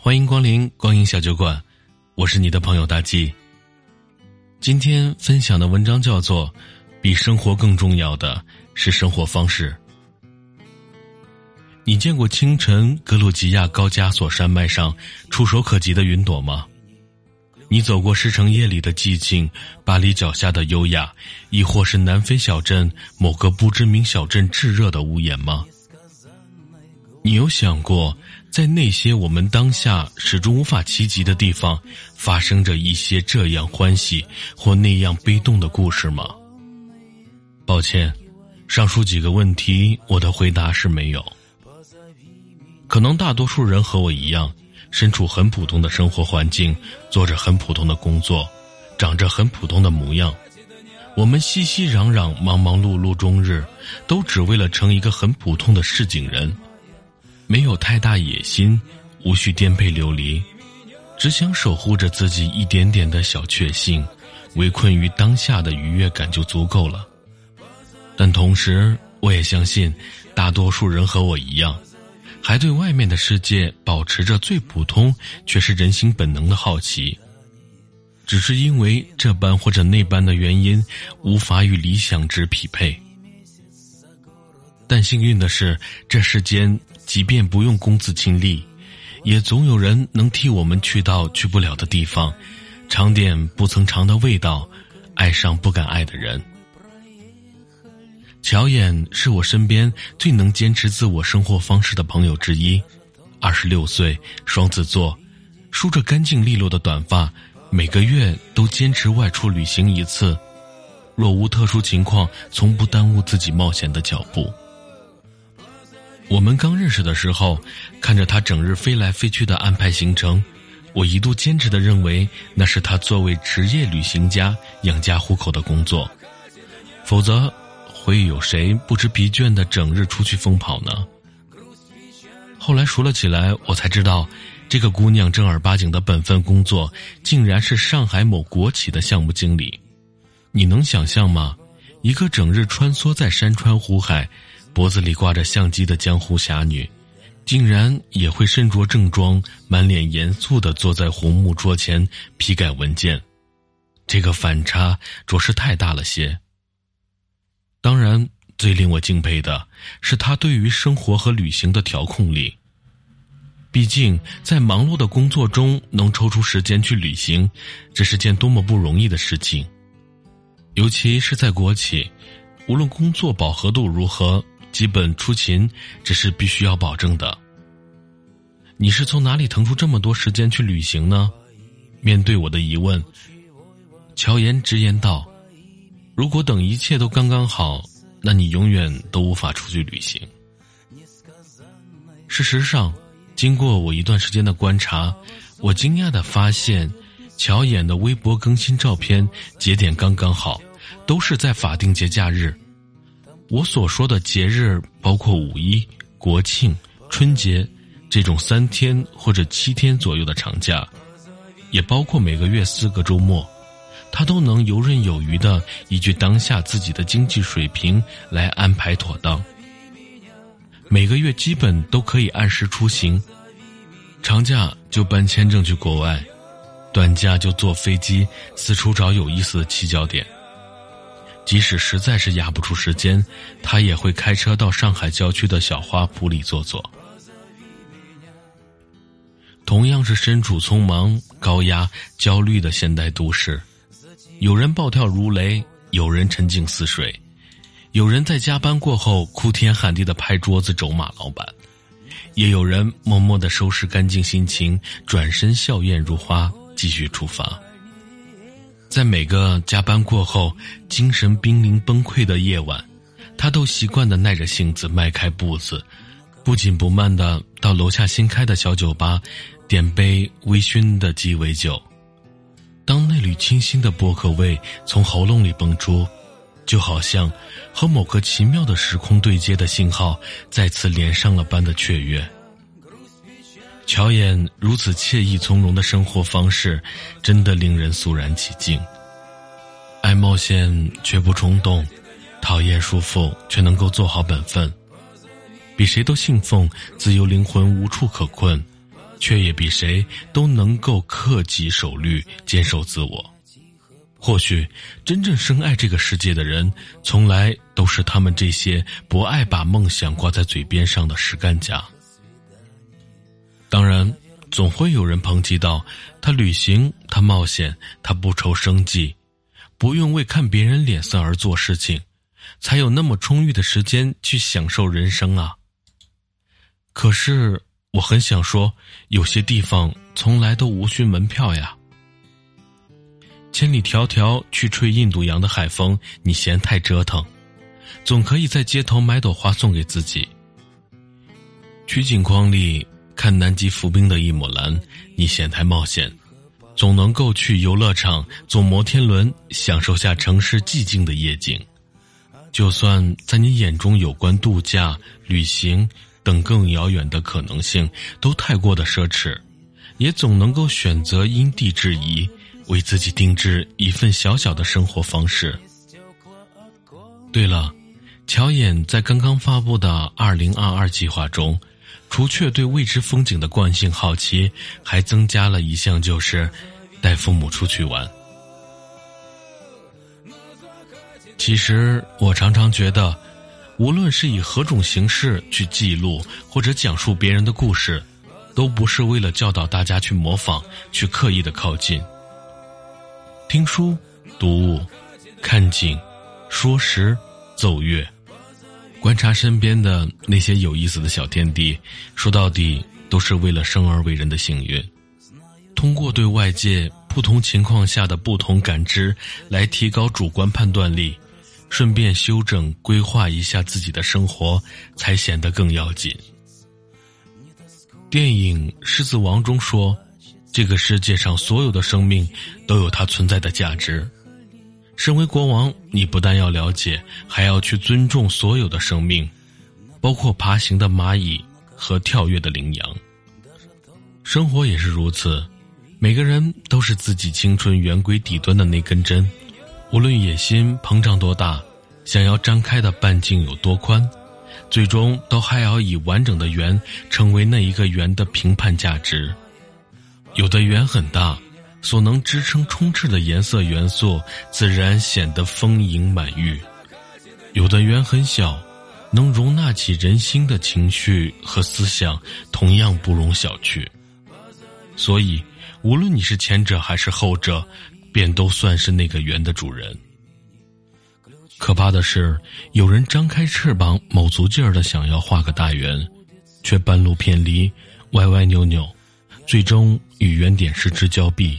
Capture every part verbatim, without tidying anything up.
欢迎光临光影小酒馆，我是你的朋友大季。今天分享的文章叫做比生活更重要的是生活方式。你见过清晨格鲁吉亚高加索山脉上触手可及的云朵吗？你走过狮城夜里的寂静，巴黎脚下的优雅，亦或是南非小镇某个不知名小镇炙热的屋檐吗？你有想过，在那些我们当下始终无法企及的地方，发生着一些这样欢喜或那样悲动的故事吗？抱歉，上述几个问题，我的回答是没有。可能大多数人和我一样，身处很普通的生活环境，做着很普通的工作，长着很普通的模样。我们熙熙攘攘，忙忙碌碌终日，都只为了成一个很普通的市井人。没有太大野心，无需颠沛流离，只想守护着自己一点点的小确幸，围困于当下的愉悦感就足够了。但同时，我也相信，大多数人和我一样，还对外面的世界保持着最普通却是人性本能的好奇，只是因为这般或者那般的原因，无法与理想值匹配。但幸运的是，这世间即便不用公子亲历，也总有人能替我们去到去不了的地方，尝点不曾尝的味道，爱上不敢爱的人。乔演是我身边最能坚持自我生活方式的朋友之一，二十六岁，双子座，梳着干净利落的短发，每个月都坚持外出旅行一次，若无特殊情况，从不耽误自己冒险的脚步。我们刚认识的时候，看着他整日飞来飞去的安排行程，我一度坚持地认为那是他作为职业旅行家养家糊口的工作，否则会有谁不知疲倦地整日出去疯跑呢？后来数了起来，我才知道这个姑娘正儿八经的本分工作竟然是上海某国企的项目经理。你能想象吗？一个整日穿梭在山川湖海，脖子里挂着相机的江湖侠女，竟然也会身着正装，满脸严肃地坐在红木桌前批改文件。这个反差着实太大了些。当然，最令我敬佩的是他对于生活和旅行的调控力。毕竟在忙碌的工作中能抽出时间去旅行，这是件多么不容易的事情。尤其是在国企，无论工作饱和度如何，基本出勤这是必须要保证的。你是从哪里腾出这么多时间去旅行呢？面对我的疑问，乔岩直言道，如果等一切都刚刚好，那你永远都无法出去旅行。事实上，经过我一段时间的观察，我惊讶地发现，乔演的微博更新照片节点刚刚好，都是在法定节假日。我所说的节日包括五一、国庆、春节这种三天或者七天左右的长假，也包括每个月四个周末，他都能游刃有余地依据当下自己的经济水平来安排妥当。每个月基本都可以按时出行，长假就办签证去国外，短假就坐飞机四处找有意思的七角点。即使实在是压不出时间，他也会开车到上海郊区的小花圃里坐坐。同样是身处匆忙、高压、焦虑的现代都市，有人暴跳如雷，有人沉静似水，有人在加班过后哭天喊地地拍桌子咒骂老板，也有人默默地收拾干净心情，转身笑靥如花，继续出发。在每个加班过后精神濒临崩溃的夜晚，他都习惯地耐着性子迈开步子，不紧不慢地到楼下新开的小酒吧点杯微醺的鸡尾酒。当那缕清新的薄荷味从喉咙里蹦出，就好像和某个奇妙的时空对接的信号再次连上了般的雀跃。乔演如此惬意从容的生活方式，真的令人肃然起敬。爱冒险却不冲动，讨厌束缚却能够做好本分，比谁都信奉自由灵魂无处可困， 却也比谁都能够恪己守律，坚守自我。或许真正深爱这个世界的人，从来都是他们这些不爱把梦想挂在嘴边上的实干家。当然总会有人抨击到，他旅行，他冒险，他不愁生计，不用为看别人脸色而做事情，才有那么充裕的时间去享受人生啊。可是我很想说，有些地方从来都无需门票呀。千里迢迢去吹印度洋的海风，你嫌太折腾，总可以在街头买朵花送给自己。取景框里看南极浮冰的一抹蓝，你嫌太冒险，总能够去游乐场坐摩天轮，享受下城市寂静的夜景。就算在你眼中有关度假、旅行等更遥远的可能性都太过的奢侈，也总能够选择因地制宜，为自己定制一份小小的生活方式。对了，乔演在刚刚发布的二零二二计划中，除却对未知风景的惯性好奇，还增加了一项，就是带父母出去玩。其实我常常觉得，无论是以何种形式去记录或者讲述别人的故事，都不是为了教导大家去模仿，去刻意的靠近。听书、读物、看景、说诗、奏乐，观察身边的那些有意思的小天地，说到底都是为了生而为人的幸运。通过对外界不同情况下的不同感知来提高主观判断力，顺便修正规划一下自己的生活，才显得更要紧。电影《狮子王》中说，这个世界上所有的生命都有它存在的价值。身为国王，你不但要了解，还要去尊重所有的生命，包括爬行的蚂蚁和跳跃的羚羊。生活也是如此，每个人都是自己青春圆规底端的那根针，无论野心膨胀多大，想要张开的半径有多宽，最终都还要以完整的圆成为那一个圆的评判价值。有的圆很大，所能支撑充斥的颜色元素自然显得丰盈满溢；有的圆很小，能容纳起人心的情绪和思想同样不容小觑。所以无论你是前者还是后者，便都算是那个圆的主人。可怕的是，有人张开翅膀卯足劲儿的想要画个大圆，却半路偏离，歪歪扭扭，最终与原点失之交臂。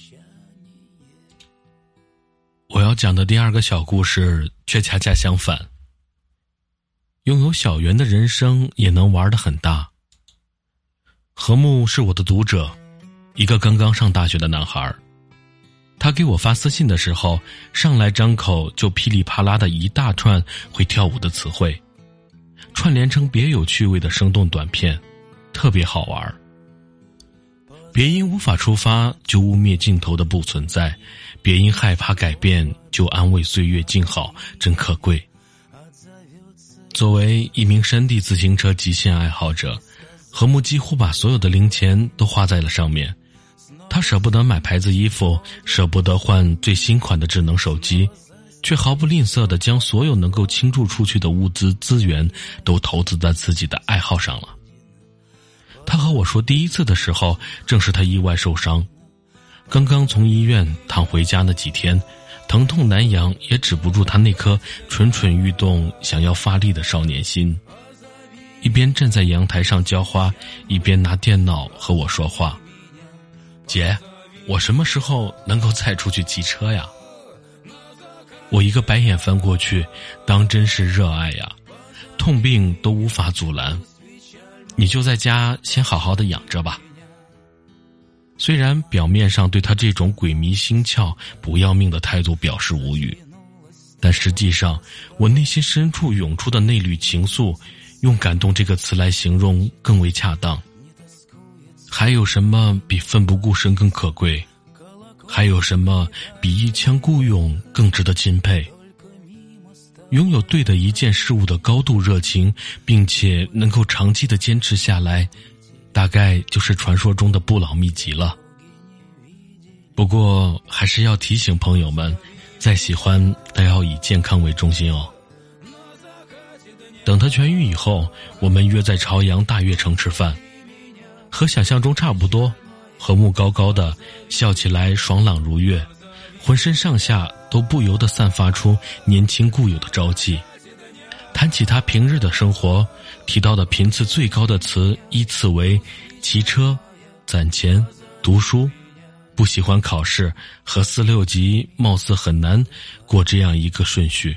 我要讲的第二个小故事却恰恰相反，拥有小圆的人生也能玩得很大。何木是我的读者，一个刚刚上大学的男孩。他给我发私信的时候，上来张口就噼里啪啦的一大串会跳舞的词汇，串联成别有趣味的生动短片，特别好玩。别因无法出发就污蔑尽头的不存在，别因害怕改变就安慰岁月静好，真可贵。作为一名山地自行车极限爱好者，何木几乎把所有的零钱都花在了上面。他舍不得买牌子衣服，舍不得换最新款的智能手机，却毫不吝啬地将所有能够倾注出去的物资资源都投资在自己的爱好上了。他和我说，第一次的时候正是他意外受伤，刚刚从医院躺回家那几天，疼痛难养，也止不住他那颗蠢蠢欲动想要发力的少年心。一边站在阳台上浇花，一边拿电脑和我说话：姐，我什么时候能够再出去骑车呀？我一个白眼翻过去，当真是热爱呀，痛病都无法阻拦。你就在家先好好的养着吧。虽然表面上对他这种鬼迷心窍不要命的态度表示无语，但实际上我内心深处涌出的那缕情愫，用感动这个词来形容更为恰当。还有什么比奋不顾身更可贵？还有什么比一腔孤勇更值得钦佩？拥有对的一件事物的高度热情，并且能够长期的坚持下来， 大概就是传说中的不老秘籍了。不过还是要提醒朋友们，再喜欢都要以健康为中心哦。等他痊愈以后，我们约在朝阳大悦城吃饭，和想象中差不多，和睦高高的，笑起来爽朗如月，浑身上下都不由得散发出年轻固有的朝气。谈起他平日的生活，提到的频次最高的词依次为骑车、攒钱、读书，不喜欢考试和四六级貌似很难过这样一个顺序。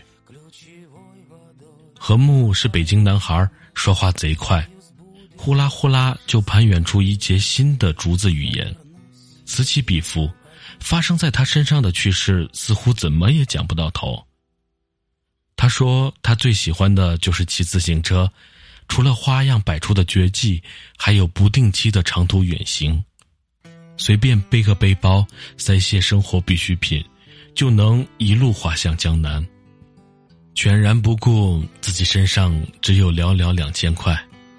何木是北京男孩，说话贼快，呼啦呼啦就攀援出一节新的竹子语言，此起彼伏，发生在他身上的趣事似乎怎么也讲不到头。他说他最喜欢的就是骑自行车，除了花样百出的绝技，还有不定期的长途远行，随便背个背包，塞些生活必需品，就能一路滑向江南，全然不顾自己身上只有寥寥两千块。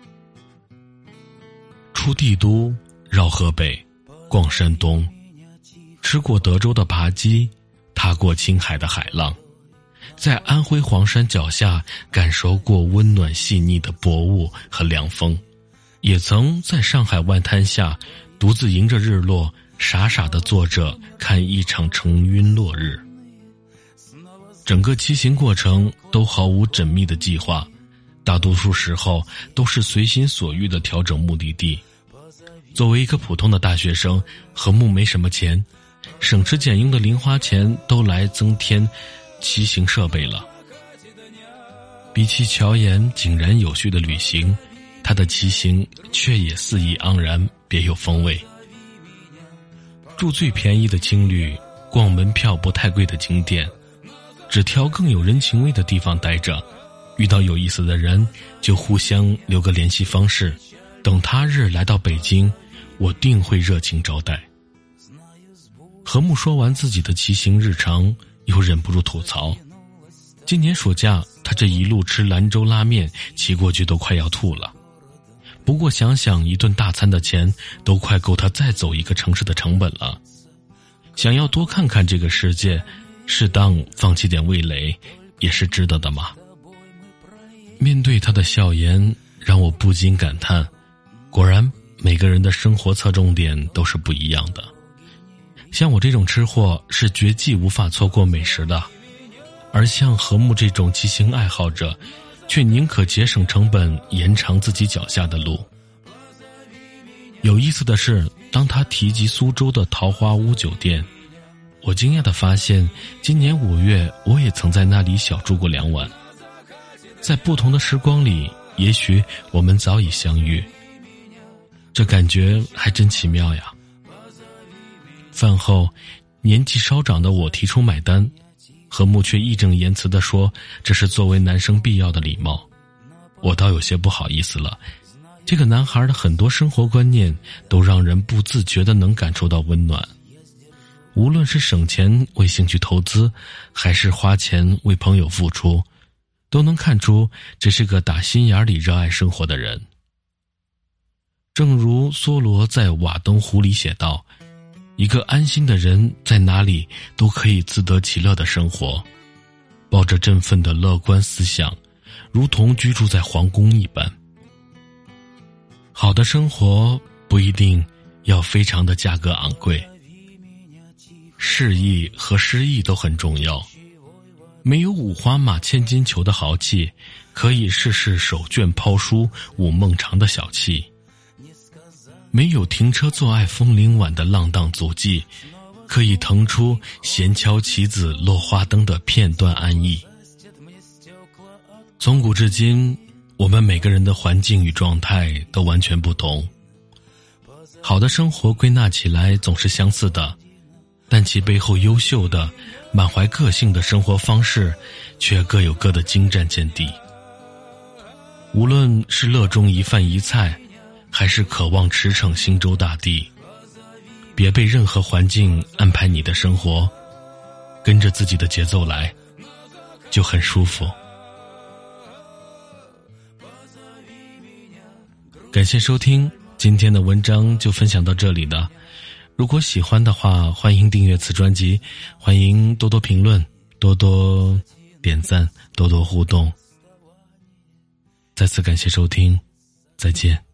出帝都，绕河北，逛山东，吃过德州的扒鸡，踏过青海的海浪，在安徽黄山脚下感受过温暖细腻的薄雾和凉风，也曾在上海外滩下独自迎着日落，傻傻地坐着看一场成晕落日。整个骑行过程都毫无缜密的计划，大多数时候都是随心所欲地调整目的地。作为一个普通的大学生，何木没什么钱，省吃俭用的零花钱都来增添骑行设备了。比起乔岩井然有序的旅行，他的骑行却也肆意盎然，别有风味。住最便宜的青旅，逛门票不太贵的景点，只挑更有人情味的地方待着，遇到有意思的人就互相留个联系方式，等他日来到北京，我定会热情招待。何木说完自己的骑行日常，又忍不住吐槽，今年暑假他这一路吃兰州拉面，骑过去都快要吐了。不过想想一顿大餐的钱都快够他再走一个城市的成本了，想要多看看这个世界，适当放弃点味蕾也是值得的嘛。面对他的笑颜，让我不禁感叹，果然每个人的生活侧重点都是不一样的。像我这种吃货是绝技无法错过美食的，而像何木这种骑行爱好者，却宁可节省成本，延长自己脚下的路。有意思的是，当他提及苏州的桃花坞酒店，我惊讶地发现，今年五月我也曾在那里小住过两晚。在不同的时光里，也许我们早已相遇，这感觉还真奇妙呀。饭后，年纪稍长的我提出买单，何木却义正言辞地说这是作为男生必要的礼貌。我倒有些不好意思了，这个男孩的很多生活观念都让人不自觉地能感受到温暖。无论是省钱为兴趣投资，还是花钱为朋友付出，都能看出这是个打心眼里热爱生活的人。正如梭罗在《瓦登湖》里写道，一个安心的人在哪里都可以自得其乐的生活，抱着振奋的乐观思想，如同居住在皇宫一般。好的生活不一定要非常的价格昂贵，适意和诗意都很重要。没有五花马千金裘的豪气，可以试试手绢抛书舞梦长的小气。没有停车坐爱枫林晚的浪荡足迹，可以腾出闲敲棋子落花灯的片段安逸。从古至今，我们每个人的环境与状态都完全不同。好的生活归纳起来总是相似的，但其背后优秀的、满怀个性的生活方式，却各有各的精湛见地。无论是乐衷一饭一菜，还是渴望驰骋星洲大地，别被任何环境安排你的生活，跟着自己的节奏来，就很舒服。感谢收听今天的文章就分享到这里了。如果喜欢的话，欢迎订阅此专辑，欢迎多多评论，多多点赞，多多互动。再次感谢收听，再见。